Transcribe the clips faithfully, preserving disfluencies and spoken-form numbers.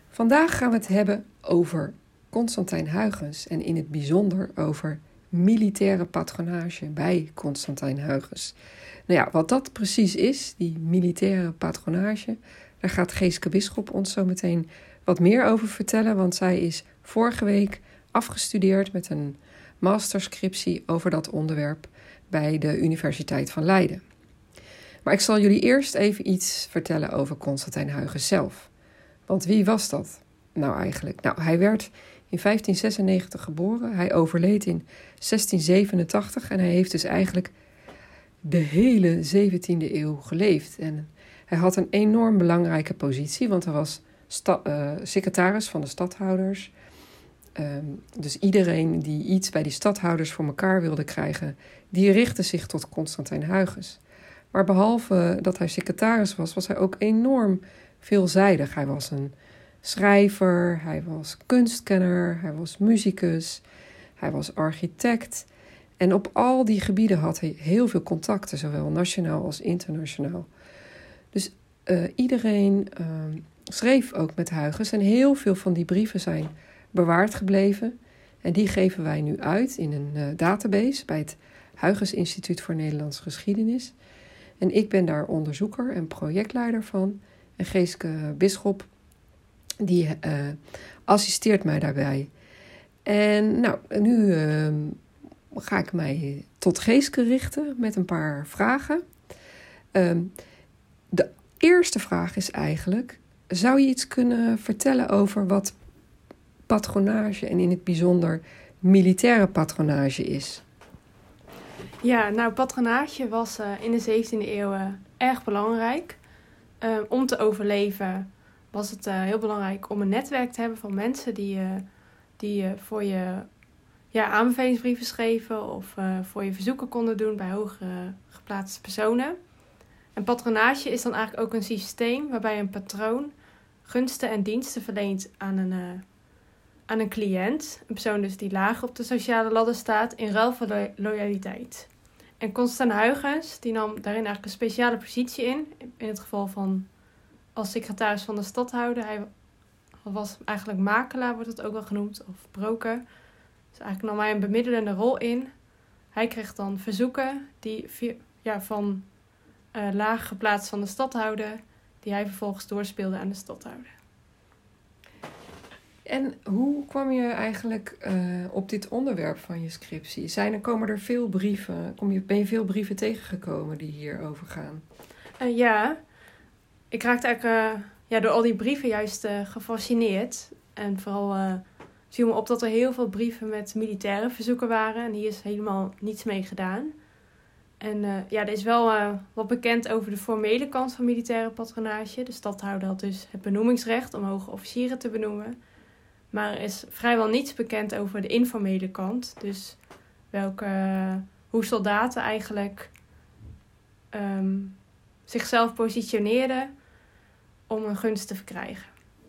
Vandaag gaan we het hebben over Constantijn Huygens en in het bijzonder over militaire patronage bij Constantijn Huygens. Nou ja, wat dat precies is, die militaire patronage, daar gaat Geeske Bisschop ons zo meteen wat meer over vertellen, want zij is vorige week afgestudeerd met een masterscriptie over dat onderwerp bij de Universiteit van Leiden. Maar ik zal jullie eerst even iets vertellen over Constantijn Huygens zelf. Want wie was dat nou eigenlijk? Nou, hij werd in vijftien zesennegentig geboren. Hij overleed in zestien zevenentachtig en hij heeft dus eigenlijk de hele zeventiende eeuw geleefd. En hij had een enorm belangrijke positie, want hij was sta- uh, secretaris van de stadhouders. Um, dus iedereen die iets bij die stadhouders voor elkaar wilde krijgen, die richtte zich tot Constantijn Huygens. Maar behalve dat hij secretaris was, was hij ook enorm veelzijdig. Hij was een schrijver, hij was kunstkenner, hij was muzikus, hij was architect. En op al die gebieden had hij heel veel contacten, zowel nationaal als internationaal. Dus uh, iedereen uh, schreef ook met Huygens en heel veel van die brieven zijn bewaard gebleven. En die geven wij nu uit in een uh, database bij het Huygens Instituut voor Nederlandse Geschiedenis. En ik ben daar onderzoeker en projectleider van. En Geeske Bisschop, die uh, assisteert mij daarbij. En nou, nu uh, ga ik mij tot Geeske richten met een paar vragen. Um, de eerste vraag is eigenlijk, zou je iets kunnen vertellen over wat patronage en in het bijzonder militaire patronage is? Ja, nou, patronage was uh, in de zeventiende eeuw uh, erg belangrijk. Uh, om te overleven was het uh, heel belangrijk om een netwerk te hebben van mensen die, uh, die uh, voor je ja, aanbevelingsbrieven schreven of uh, voor je verzoeken konden doen bij hoger uh, geplaatste personen. En patronage is dan eigenlijk ook een systeem waarbij een patroon gunsten en diensten verleent aan een, uh, aan een cliënt. Een persoon dus die laag op de sociale ladder staat in ruil voor lo- loyaliteit. En Constantijn Huygens die nam daarin eigenlijk een speciale positie in. In het geval van als secretaris van de stadhouder. Hij was eigenlijk makelaar, wordt het ook wel genoemd, of broker. Dus eigenlijk nam hij een bemiddelende rol in. Hij kreeg dan verzoeken die ja, van uh, laag geplaatst van de stadhouder, die hij vervolgens doorspeelde aan de stadhouder. En hoe kwam je eigenlijk uh, op dit onderwerp van je scriptie? Zijn er, komen er veel brieven, kom je, ben je veel brieven tegengekomen die hierover gaan? Uh, ja, ik raakte eigenlijk uh, ja, door al die brieven juist uh, gefascineerd. En vooral uh, viel me op dat er heel veel brieven met militaire verzoeken waren. En hier is helemaal niets mee gedaan. En uh, ja, er is wel uh, wat bekend over de formele kant van militaire patronage. De stadhouder had dus het benoemingsrecht om hoge officieren te benoemen. Maar er is vrijwel niets bekend over de informele kant. Dus welke, uh, hoe soldaten eigenlijk um, zichzelf positioneerden om een gunst te verkrijgen.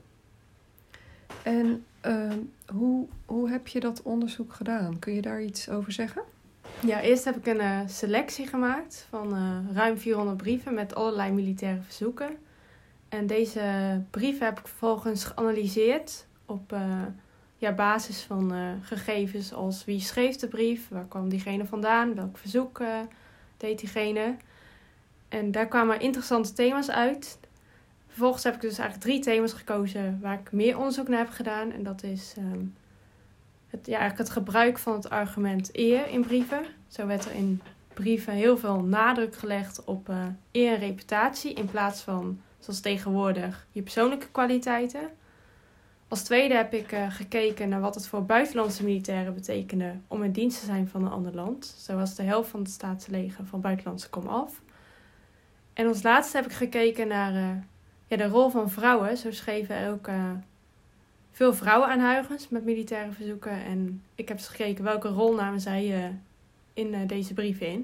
En uh, hoe, hoe heb je dat onderzoek gedaan? Kun je daar iets over zeggen? Ja, eerst heb ik een uh, selectie gemaakt van uh, ruim vierhonderd brieven met allerlei militaire verzoeken. En deze brieven heb ik vervolgens geanalyseerd op uh, ja, basis van uh, gegevens als wie schreef de brief, waar kwam diegene vandaan, welk verzoek uh, deed diegene. En daar kwamen interessante thema's uit. Vervolgens heb ik dus eigenlijk drie thema's gekozen waar ik meer onderzoek naar heb gedaan. En dat is um, het, ja, eigenlijk het gebruik van het argument eer in brieven. Zo werd er in brieven heel veel nadruk gelegd op uh, eer en reputatie in plaats van, zoals tegenwoordig, je persoonlijke kwaliteiten. Als tweede heb ik uh, gekeken naar wat het voor buitenlandse militairen betekende om in dienst te zijn van een ander land. Zo was de helft van het staatsleger van buitenlandse komaf. En als laatste heb ik gekeken naar uh, ja, de rol van vrouwen. Zo schreven er ook uh, veel vrouwen aan Huygens met militaire verzoeken. En ik heb eens gekeken welke rol namen zij uh, in uh, deze brieven in.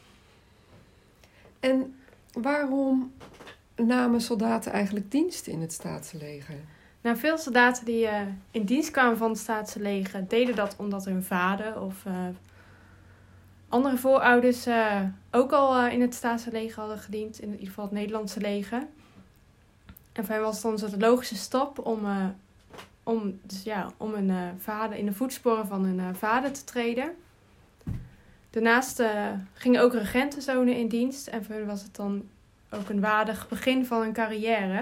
En waarom namen soldaten eigenlijk dienst in het staatsleger? Nou, veel soldaten die uh, in dienst kwamen van het staatsleger deden dat omdat hun vader of uh, andere voorouders uh, ook al uh, in het staatsleger hadden gediend. In ieder geval het Nederlandse leger. En voor hem was het dan zo de logische stap om, uh, om, dus ja, om een, uh, vader, in de voetsporen van een uh, vader te treden. Daarnaast uh, gingen ook regentenzonen in dienst. En voor hen was het dan ook een waardig begin van hun carrière.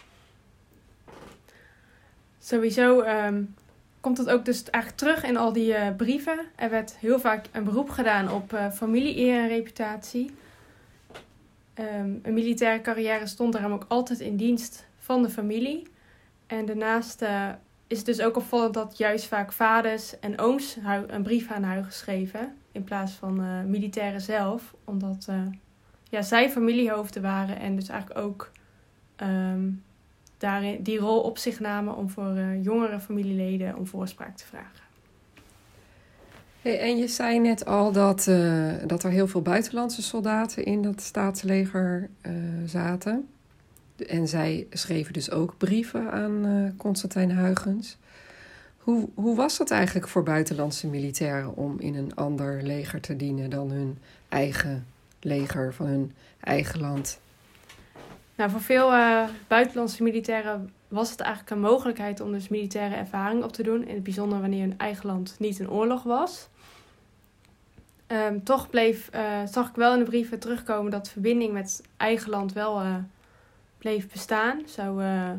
Sowieso um, komt het ook dus eigenlijk terug in al die uh, brieven. Er werd heel vaak een beroep gedaan op uh, familie-eer en reputatie. Um, een militaire carrière stond daarom ook altijd in dienst van de familie. En daarnaast uh, is het dus ook opvallend dat juist vaak vaders en ooms een brief aan Huygens schreven. In plaats van uh, militairen zelf. Omdat uh, ja, zij familiehoofden waren en dus eigenlijk ook um, daarin die rol op zich namen om voor uh, jongere familieleden om voorspraak te vragen. Hey, en je zei net al dat, uh, dat er heel veel buitenlandse soldaten in dat staatsleger uh, zaten. En zij schreven dus ook brieven aan uh, Constantijn Huygens. Hoe, hoe was dat eigenlijk voor buitenlandse militairen om in een ander leger te dienen dan hun eigen leger van hun eigen land? Nou, voor veel uh, buitenlandse militairen was het eigenlijk een mogelijkheid om dus militaire ervaring op te doen. In het bijzonder wanneer hun eigen land niet in oorlog was. Um, toch bleef, uh, zag ik wel in de brieven terugkomen dat de verbinding met eigen land wel uh, bleef bestaan. Zo, uh,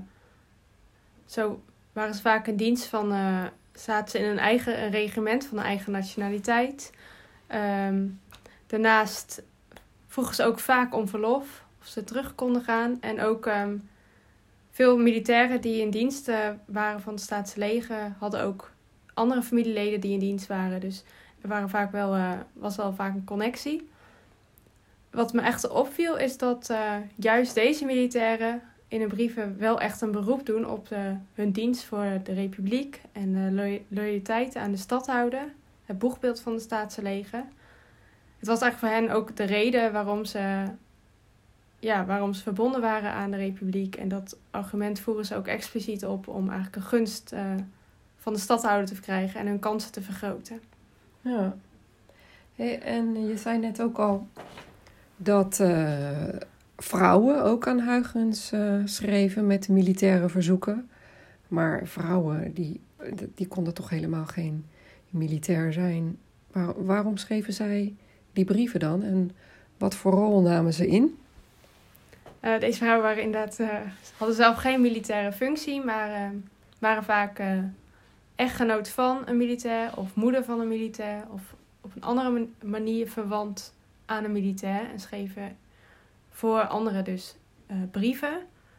zo waren ze vaak in dienst van, uh, zaten ze in een eigen een regiment van een eigen nationaliteit. Um, daarnaast vroegen ze ook vaak om verlof, of ze terug konden gaan. En ook um, veel militairen die in dienst uh, waren van het Staatsleger hadden ook andere familieleden die in dienst waren. Dus er waren vaak wel, uh, was wel vaak een connectie. Wat me echt opviel is dat uh, juist deze militairen in hun brieven wel echt een beroep doen op de, hun dienst voor de republiek en de lo- loyaliteit aan de stadhouder, het boegbeeld van het Staatsleger. Het was eigenlijk voor hen ook de reden waarom ze, ja, waarom ze verbonden waren aan de republiek. En dat argument voeren ze ook expliciet op om eigenlijk een gunst uh, van de stadhouder te verkrijgen en hun kansen te vergroten. Ja, hey, en je zei net ook al dat uh, vrouwen ook aan Huygens uh, schreven met militaire verzoeken. Maar vrouwen, die, die konden toch helemaal geen militair zijn. Waar, waarom schreven zij die brieven dan? En wat voor rol namen ze in? Uh, deze vrouwen waren inderdaad, uh, hadden zelf geen militaire functie, maar uh, waren vaak uh, echtgenoot van een militair of moeder van een militair of op een andere manier verwant aan een militair en schreven voor anderen dus uh, brieven.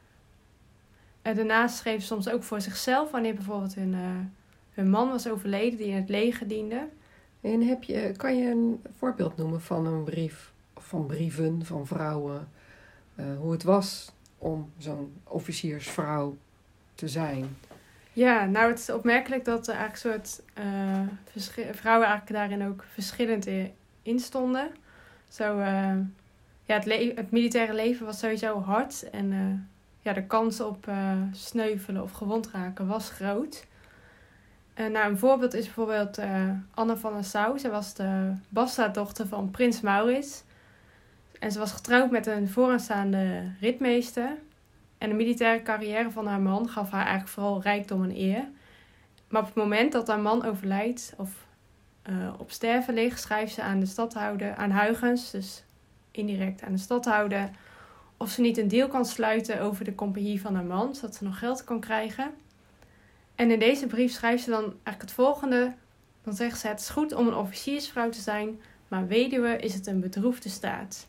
Uh, daarnaast schreven ze soms ook voor zichzelf, wanneer bijvoorbeeld hun, uh, hun man was overleden die in het leger diende. En heb je, kan je een voorbeeld noemen van een brief, van brieven van vrouwen, uh, hoe het was om zo'n officiersvrouw te zijn? Ja, nou het is opmerkelijk dat er eigenlijk een soort uh, verschi- vrouwen eigenlijk daarin ook verschillend in stonden. Zo, uh, ja, het, le- het militaire leven was sowieso hard en uh, ja, de kans op uh, sneuvelen of gewond raken was groot. Uh, nou, een voorbeeld is bijvoorbeeld uh, Anne van Nassau. Zij was de bastaarddochter van prins Maurits. En ze was getrouwd met een vooraanstaande ritmeester. En de militaire carrière van haar man gaf haar eigenlijk vooral rijkdom en eer. Maar op het moment dat haar man overlijdt of uh, op sterven ligt, schrijft ze aan de stadhouder, aan Huygens, dus indirect aan de stadhouder, of ze niet een deal kan sluiten over de compagnie van haar man, zodat ze nog geld kan krijgen. En in deze brief schrijft ze dan eigenlijk het volgende. Dan zegt ze: het is goed om een officiersvrouw te zijn, maar weduwe is het een bedroefde staat.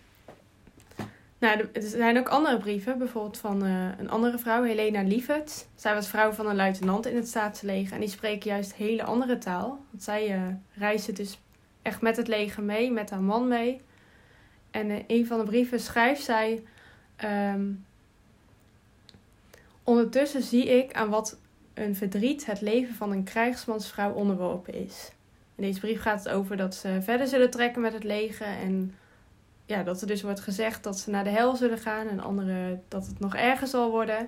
Nou, er zijn ook andere brieven, bijvoorbeeld van uh, een andere vrouw, Helena Liefert. Zij was vrouw van een luitenant in het Staatsleger en die spreken juist hele andere taal. Want zij uh, reisde dus echt met het leger mee, met haar man mee. En in een van de brieven schrijft zij: Um, ondertussen zie ik aan wat een verdriet het leven van een krijgsmansvrouw onderworpen is. In deze brief gaat het over dat ze verder zullen trekken met het leger en ja, dat er dus wordt gezegd dat ze naar de hel zullen gaan en anderen dat het nog erger zal worden.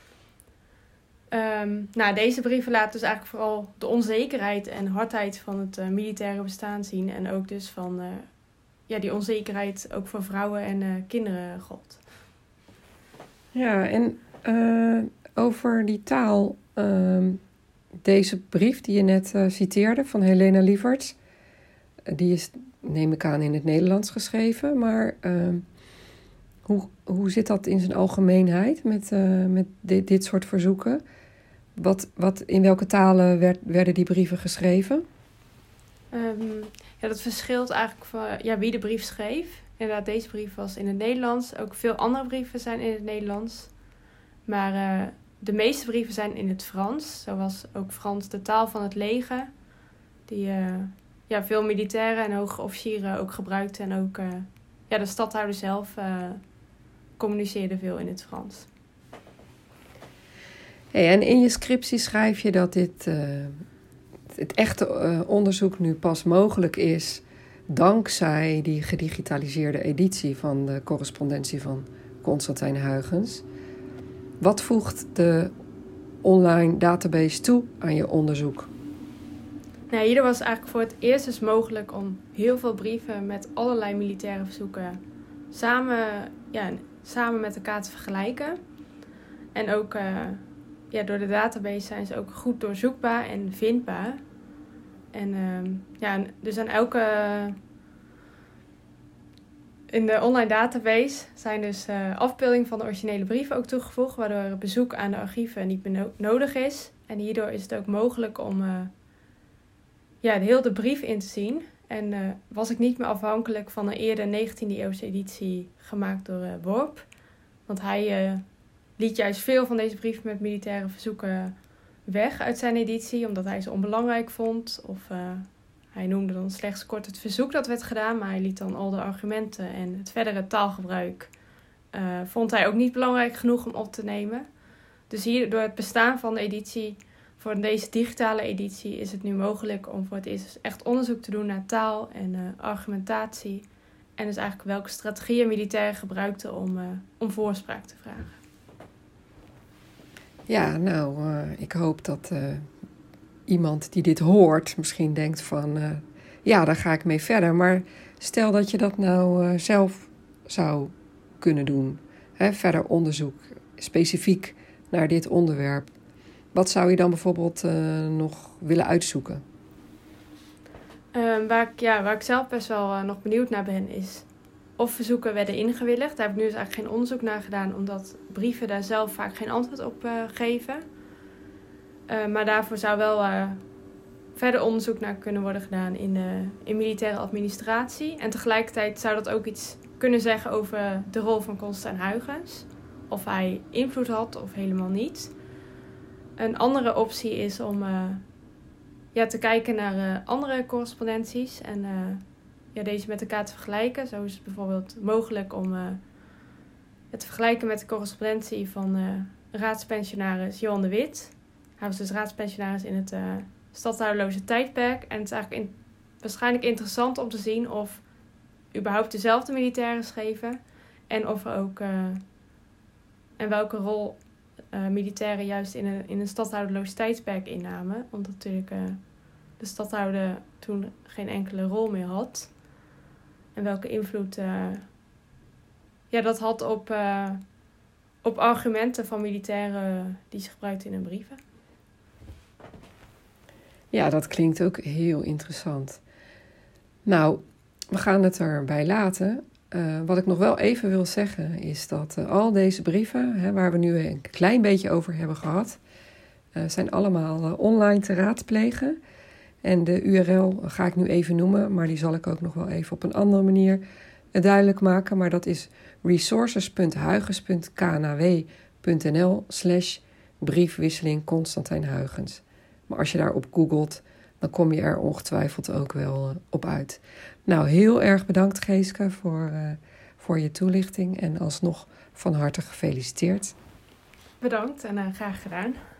Um, nou, deze brieven laten dus eigenlijk vooral de onzekerheid en hardheid van het uh, militaire bestaan zien. En ook dus van uh, ja, die onzekerheid ook voor vrouwen en uh, kinderen gold. Ja, en uh, over die taal. Uh, deze brief die je net uh, citeerde van Helena Lieverts, uh, die is, neem ik aan, in het Nederlands geschreven. Maar uh, hoe, hoe zit dat in zijn algemeenheid met, uh, met dit, dit soort verzoeken? Wat, wat, in welke talen werd, werden die brieven geschreven? Um, ja, dat verschilt eigenlijk van ja, wie de brief schreef. Inderdaad, deze brief was in het Nederlands. Ook veel andere brieven zijn in het Nederlands. Maar uh, de meeste brieven zijn in het Frans. Zo was ook Frans de taal van het leger. Die uh, ja, veel militairen en hoge officieren ook gebruikten. En ook uh, ja, de stadhouder zelf uh, communiceerde veel in het Frans. Hey, en in je scriptie schrijf je dat dit, uh, het echte uh, onderzoek nu pas mogelijk is dankzij die gedigitaliseerde editie van de correspondentie van Constantijn Huygens. Wat voegt de online database toe aan je onderzoek? Nou, hierdoor was het eigenlijk voor het eerst dus mogelijk om heel veel brieven met allerlei militaire verzoeken samen, ja, samen met elkaar te vergelijken. En ook uh, ja, door de database zijn ze ook goed doorzoekbaar en vindbaar. En uh, ja, dus aan elke... In de online database zijn dus uh, afbeeldingen van de originele brieven ook toegevoegd, waardoor bezoek aan de archieven niet meer no- nodig is. En hierdoor is het ook mogelijk om uh, ja, heel de brief in te zien. En uh, was ik niet meer afhankelijk van een eerder negentiende eeuwse editie gemaakt door uh, Worp. Want hij uh, liet juist veel van deze brieven met militaire verzoeken weg uit zijn editie, omdat hij ze onbelangrijk vond. Of uh, hij noemde dan slechts kort het verzoek dat werd gedaan, maar hij liet dan al de argumenten en het verdere taalgebruik uh, vond hij ook niet belangrijk genoeg om op te nemen. Dus hier, door het bestaan van de editie, voor deze digitale editie, is het nu mogelijk om voor het eerst echt onderzoek te doen naar taal en uh, argumentatie. En dus eigenlijk welke strategieën militairen gebruikten om, uh, om voorspraak te vragen. Ja, nou, uh, ik hoop dat uh, iemand die dit hoort misschien denkt van... Uh, ja, daar ga ik mee verder. Maar stel dat je dat nou uh, zelf zou kunnen doen. Hè, verder onderzoek, specifiek naar dit onderwerp. Wat zou je dan bijvoorbeeld uh, nog willen uitzoeken? Uh, waar, ik, ja, waar ik zelf best wel uh, nog benieuwd naar ben, is of verzoeken werden ingewilligd. Daar heb ik nu dus eigenlijk geen onderzoek naar gedaan, omdat brieven daar zelf vaak geen antwoord op uh, geven. Uh, maar daarvoor zou wel uh, verder onderzoek naar kunnen worden gedaan in, uh, in militaire administratie. En tegelijkertijd zou dat ook iets kunnen zeggen over de rol van Constantijn Huygens. Of hij invloed had of helemaal niet. Een andere optie is om uh, ja, te kijken naar uh, andere correspondenties en uh, ja, deze met elkaar te vergelijken. Zo is het bijvoorbeeld mogelijk om uh, het te vergelijken met de correspondentie van uh, raadspensionaris Johan de Wit. Hij was dus raadspensionaris in het uh, stadhouderloze tijdperk. En het is eigenlijk in, waarschijnlijk interessant om te zien of überhaupt dezelfde militairen schreven. En of er ook uh, en welke rol uh, militairen juist in een, in een stadhouderloos tijdperk innamen. Omdat natuurlijk uh, de stadhouder toen geen enkele rol meer had. En welke invloed uh, ja, dat had op, uh, op argumenten van militairen die ze gebruikten in hun brieven. Ja, dat klinkt ook heel interessant. Nou, we gaan het erbij laten. Uh, wat ik nog wel even wil zeggen is dat uh, al deze brieven, hè, waar we nu een klein beetje over hebben gehad, uh, zijn allemaal uh, online te raadplegen. En de U R L ga ik nu even noemen, maar die zal ik ook nog wel even op een andere manier uh, duidelijk maken. Maar dat is resources.huygens.knw.nl slash briefwisseling Constantijn Huygens. Maar als je daarop googelt, dan kom je er ongetwijfeld ook wel uh, op uit. Nou, heel erg bedankt Geeske voor, uh, voor je toelichting en alsnog van harte gefeliciteerd. Bedankt en uh, graag gedaan.